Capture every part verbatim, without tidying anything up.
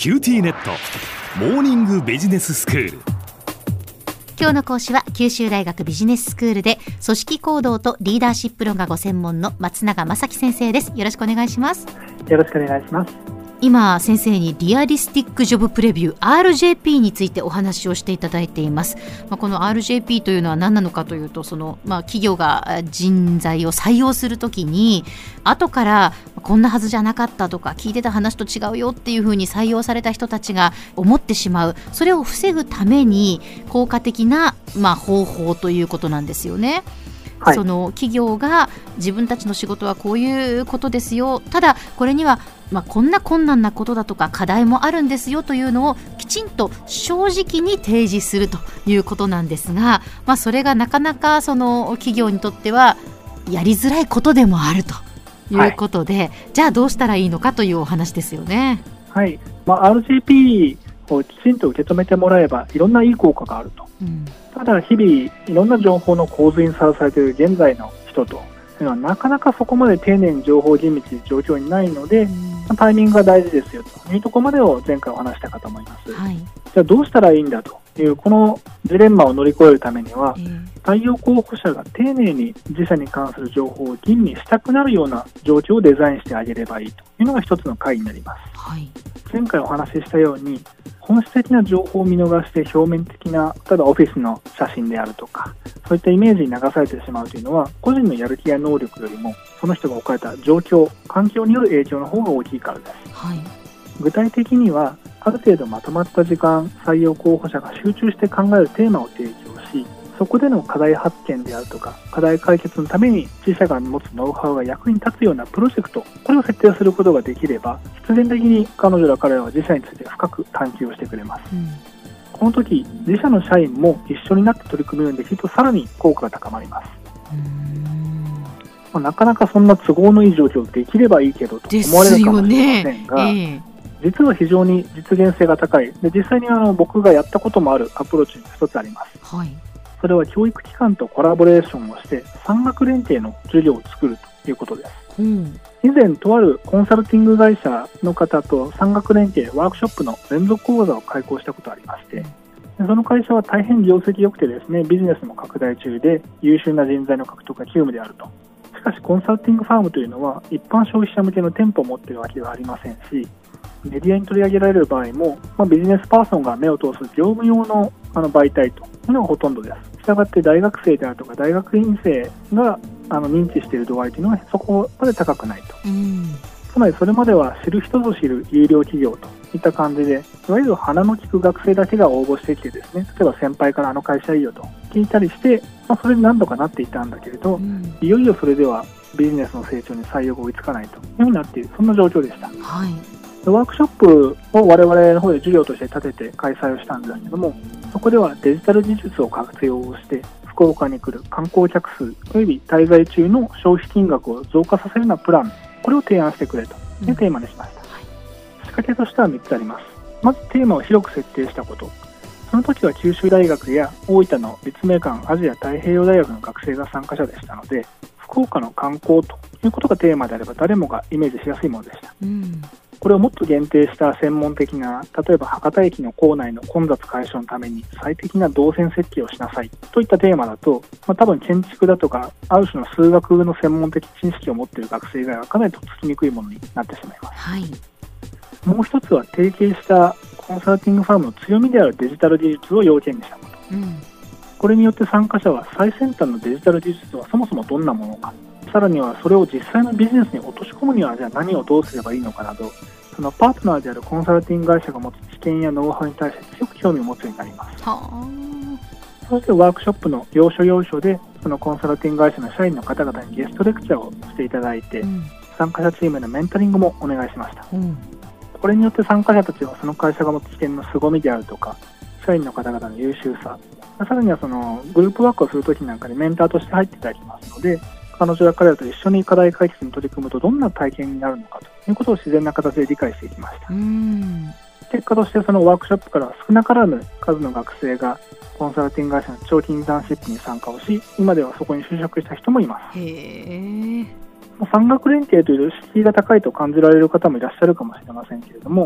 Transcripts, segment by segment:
キューティーネットモーニングビジネススクール。 今日の講師は九州大学ビジネススクールで組織行動とリーダーシップ論がご専門の松永正樹先生です。よろしくお願いします。 よろしくお願いします。 今先生にリアリスティックジョブプレビュー アールジェーピー についてお話をしていただいています。まあ、この アールジェーピー というのは何なのかというと、その、まあ、企業が人材を採用するときに後からこんなはずじゃなかったとか聞いてた話と違うよっていうふうに採用された人たちが思ってしまう、それを防ぐために効果的な、まあ、方法ということなんですよね。はい、その企業が自分たちの仕事はこういうことですよ、ただこれにはまあ、こんな困難なことだとか課題もあるんですよというのをきちんと正直に提示するということなんですが、まあ、それがなかなかその企業にとってはやりづらいことでもあるということで、はい、じゃあどうしたらいいのかというお話ですよね。 はい、まあ、アールジェーピー をきちんと受け止めてもらえばいろんないい効果があると、うん、ただ日々いろんな情報の洪水にさらされている現在の人というのはなかなかそこまで丁寧に情報を吟味する状況にないので、うんタイミングが大事ですよというところまでを前回お話したかと思います。はい、じゃあどうしたらいいんだというこのジレンマを乗り越えるためには、えー、採用候補者が丁寧に自社に関する情報を吟味したくなるような状況をデザインしてあげればいいというのが一つの回になります。はい、前回お話ししたように本質的な情報を見逃して表面的な例えばオフィスの写真であるとかそういったイメージに流されてしまうというのは個人のやる気や能力よりもその人が置かれた状況環境による影響の方が大きいからです。はい、具体的にはある程度まとまった時間採用候補者が集中して考えるテーマを提供しそこでの課題発見であるとか課題解決のために自社が持つノウハウが役に立つようなプロジェクトこれを設定することができれば必然的に彼女ら彼らは自社について深く探求をしてくれます。うん、この時自社の社員も一緒になって取り組むようにできるとさらに効果が高まります。うーん、まあ、なかなかそんな都合のいい状況できればいいけどと思われるかもしれませんが、ですよね。えー、実は非常に実現性が高いで実際にあの僕がやったこともあるアプローチが一つあります。はい、それは教育機関とコラボレーションをして産学連携の授業を作るということです。うん、以前とあるコンサルティング会社の方と産学連携ワークショップの連続講座を開講したことがありまして、その会社は大変業績良くてですねビジネスも拡大中で優秀な人材の獲得が急務であると。しかしコンサルティングファームというのは一般消費者向けの店舗を持っているわけではありませんしメディアに取り上げられる場合も、まあ、ビジネスパーソンが目を通す業務用の、あの媒体というのがほとんどです。したがって大学生であるとか大学院生があの認知している度合いというのはそこまで高くないと。うん、つまりそれまでは知る人ぞ知る有料企業といった感じでいわゆる鼻の利く学生だけが応募してきてですね例えば先輩からあの会社いいよと聞いたりして、まあ、それに何度かなっていたんだけれど、うん、いよいよそれではビジネスの成長に採用が追いつかないというふうになっているそんな状況でした。はい、ワークショップを我々の方で授業として立てて開催をしたんですけどもそこではデジタル技術を活用して福岡に来る観光客数および滞在中の消費金額を増加させるようなプランこれを提案してくれというテーマにしました。うん、はい、仕掛けとしてはみっつあります。まずテーマを広く設定したこと。その時は九州大学や大分の立命館アジア太平洋大学の学生が参加者でしたので福岡の観光ということがテーマであれば誰もがイメージしやすいものでした。うん、これをもっと限定した専門的な例えば博多駅の構内の混雑解消のために最適な動線設計をしなさいといったテーマだと、まあ、多分建築だとかある種の数学の専門的知識を持っている学生がかなりとっつきにくいものになってしまいます。はい、もう一つは提携したコンサルティングファームの強みであるデジタル技術を要件にしたこと。うん、これによって参加者は最先端のデジタル技術はそもそもどんなものかさらにはそれを実際のビジネスに落とし込むにはじゃあ何をどうすればいいのかなどそのパートナーであるコンサルティング会社が持つ知見やノウハウに対して強く興味を持つようになります。はあ、そしてワークショップの要所要所でそのコンサルティング会社の社員の方々にゲストレクチャーをしていただいて、うん、参加者チームへのメンタリングもお願いしました。うん、これによって参加者たちはその会社が持つ知見の凄みであるとか社員の方々の優秀ささらにはそのグループワークをするときなんかにメンターとして入っていただきますので彼女や彼らと一緒に課題解決に取り組むとどんな体験になるのかということを自然な形で理解していきました。うーん結果としてそのワークショップからは少なからぬ数の学生がコンサルティング会社の長期インターンシップに参加をし今ではそこに就職した人もいます。へー産学連携という敷居が高いと感じられる方もいらっしゃるかもしれませんけれども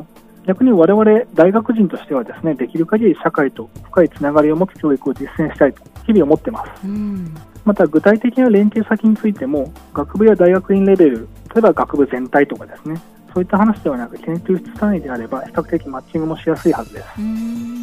逆に我々大学人としてはですね、できる限り社会と深いつながりを持つ教育を実践したいと日々思ってます。うん、また具体的な連携先についても、学部や大学院レベル、例えば学部全体とかですね、そういった話ではなく研究室単位であれば比較的マッチングもしやすいはずです。うん、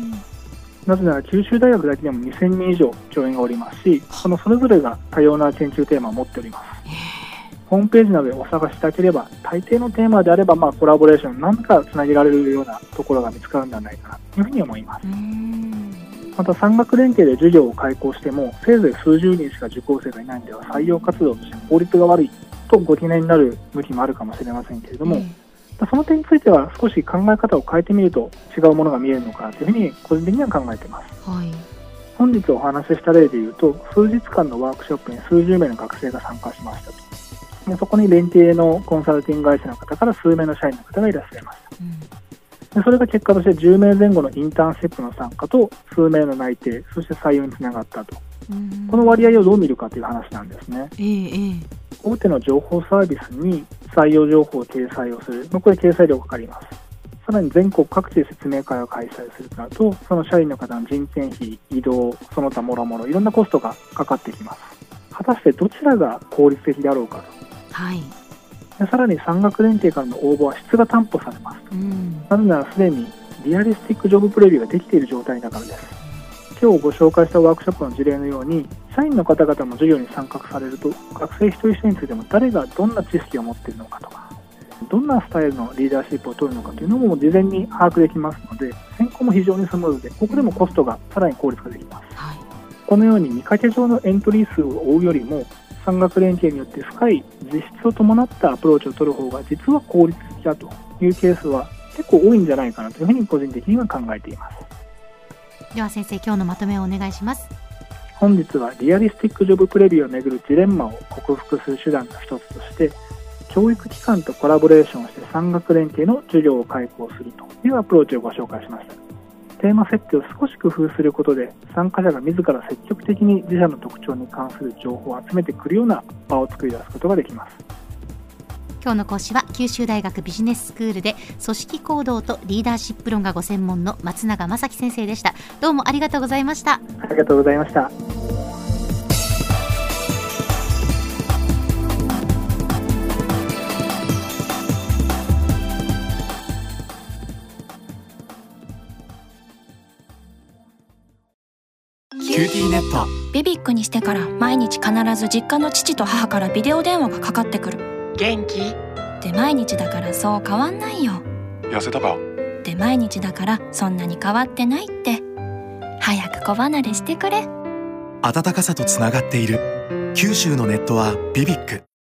なぜなら九州大学だけでもにせんにん以上教員がおりますし、そのそれぞれが多様な研究テーマを持っております。ホームページなどでお探しいただければ、大抵のテーマであれば、まあ、コラボレーション何かつなげられるようなところが見つかるんではないかなというふうに思います。また産学連携で授業を開講しても、せいぜい数十人しか受講生がいないのでは採用活動として効率が悪いとご懸念になる向きもあるかもしれませんけれども、うん、その点については少し考え方を変えてみると違うものが見えるのかなというふうに個人的には考えています。はい、本日お話しした例でいうと、数日間のワークショップに数十名の学生が参加しましたと。でそこに連携のコンサルティング会社の方から数名の社員の方がいらっしゃいました。うん、でそれが結果としてじゅうめいぜん後のインターンシップの参加と数名の内定、そして採用につながったと。うん、この割合をどう見るかという話なんですね。えー、大手の情報サービスに採用情報を掲載をする、これ掲載料がかかります。さらに全国各地で説明会を開催するとなると、その社員の方の人件費、移動、その他もろもろいろんなコストがかかってきます。果たしてどちらが効率的であろうかと。はい、でさらに産学連携からの応募は質が担保されます。うん、なぜならすでにリアリスティックジョブプレビューができている状態だからです。今日ご紹介したワークショップの事例のように、社員の方々も授業に参画されると、学生一人一人についても誰がどんな知識を持っているのかとか、どんなスタイルのリーダーシップを取るのかというのも事前に把握できますので、選考も非常にスムーズで、ここでもコストがさらに効率化できます。はい、このように見かけ上のエントリー数を追うよりも、産学連携によって深い実質を伴ったアプローチを取る方が実は効率的だというケースは結構多いんじゃないかなというふうに個人的には考えています。 では先生、今日のまとめをお願いします。 本日はリアリスティックジョブプレビューをめぐるジレンマを克服する手段の一つとして、教育機関とコラボレーションして産学連携の授業を開講するというアプローチをご紹介しました。テーマ設定を少し工夫することで、参加者が自ら積極的に自社の特徴に関する情報を集めてくるような場を作り出すことができます。 今日の講師は九州大学ビジネススクールで組織行動とリーダーシップ論がご専門の松永正樹先生でした。どうもありがとうございました。 ありがとうございました。 キューティーネットビビックにしてから毎日必ず実家の父と母からビデオ電話がかかってくる。 元気で毎日だからそう変わんないよ。 痩せたかで毎日だからそんなに変わってないって。早く子離れしてくれ。 温かさとつながっている九州のネットはビビック。